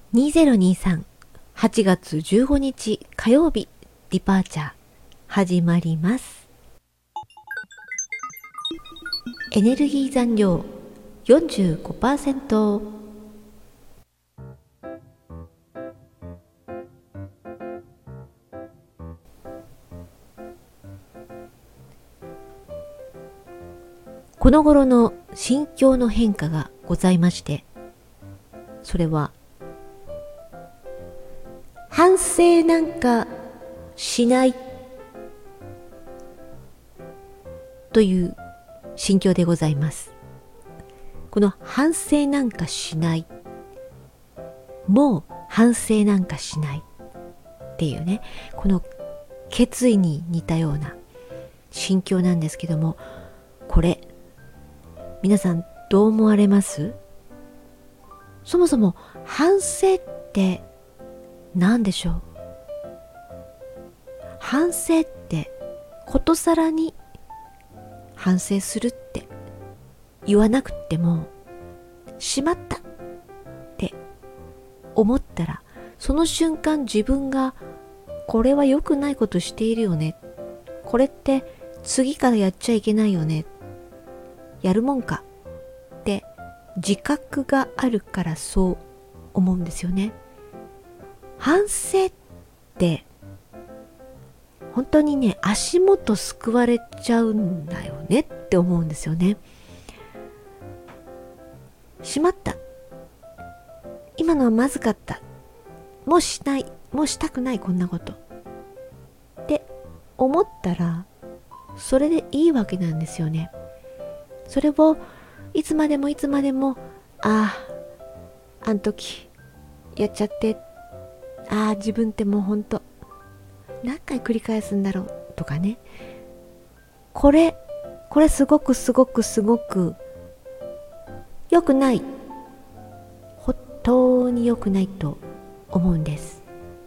2023 8月15日火曜日ディパーチャー始まります。エネルギー残量 45%。 この頃の心境の変化がございまして、それは反省なんかしないという心境でございます。この反省なんかしない、もう反省なんかしないっていうね、この決意に似たような心境なんですけども、これ皆さんどう思われます？そもそも反省って何でしょう？反省ってことさらに反省するって言わなくっても、しまったって思ったらその瞬間自分がこれは良くないことしているよね、これって次からやっちゃいけないよね、やるもんかって自覚があるからそう思うんですよね。反省って本当にね、足元すくわれちゃうんだよねって思うんですよね。しまった、今のはまずかった、もうしない、もうしたくない、こんなことって思ったらそれでいいわけなんですよね。それをいつまでもいつまでも、あん時やっちゃって、自分ってもうほんと何回繰り返すんだろうとかね、これすごく良くない、本当に良くないと思うんです。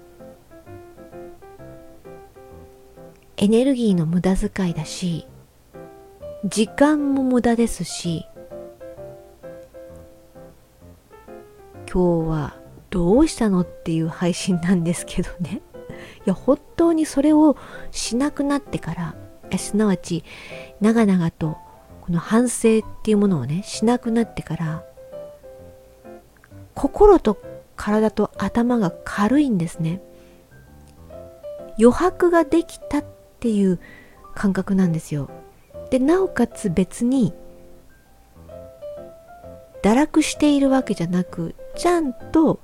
エネルギーの無駄遣いだし、時間も無駄ですし、今日はどうしたのっていう配信なんですけどね。いや本当にそれをしなくなってから、すなわち長々とこの反省っていうものをねしなくなってから、心と体と頭が軽いんですね。余白ができたっていう感覚なんですよ。でなおかつ別に堕落しているわけじゃなく、ちゃんと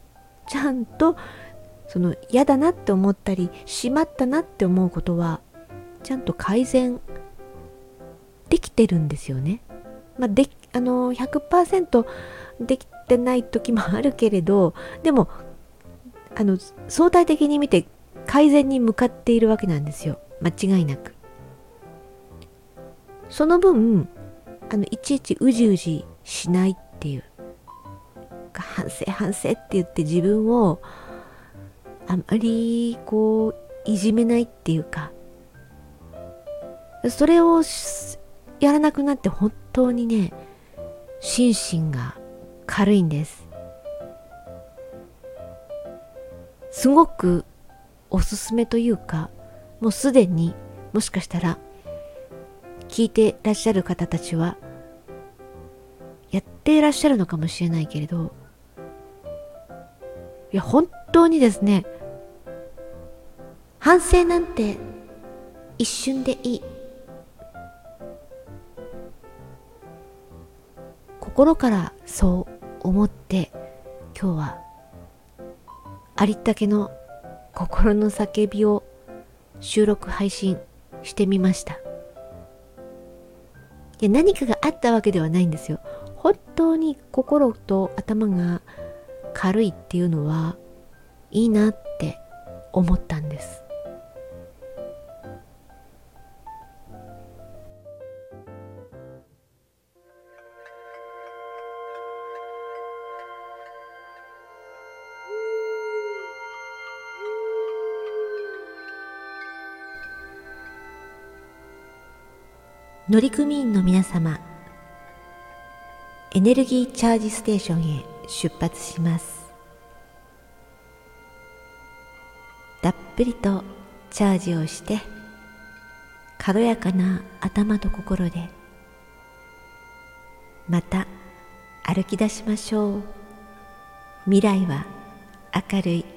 その嫌だなって思ったりしまったなって思うことはちゃんと改善できてるんですよね。100% できてない時もあるけれど、でも相対的に見て改善に向かっているわけなんですよ、間違いなく。その分いちいちうじうじしないっていう、反省って言って自分をあまりいじめないっていうか、それをやらなくなって本当にね、心身が軽いんです。すごくおすすめというか、もうすでにもしかしたら聞いてらっしゃる方たちはやっていらっしゃるのかもしれないけれど、いや本当にですね、反省なんて一瞬でいい、心からそう思って今日はありったけの心の叫びを収録配信してみました。いや何かがあったわけではないんですよ。本当に心と頭が軽いっていうのはいいなって思ったんです。乗組員の皆様、エネルギーチャージステーションへ出発します。 たっぷりとチャージをして、軽やかな頭と心でまた歩き出しましょう。未来は明るい。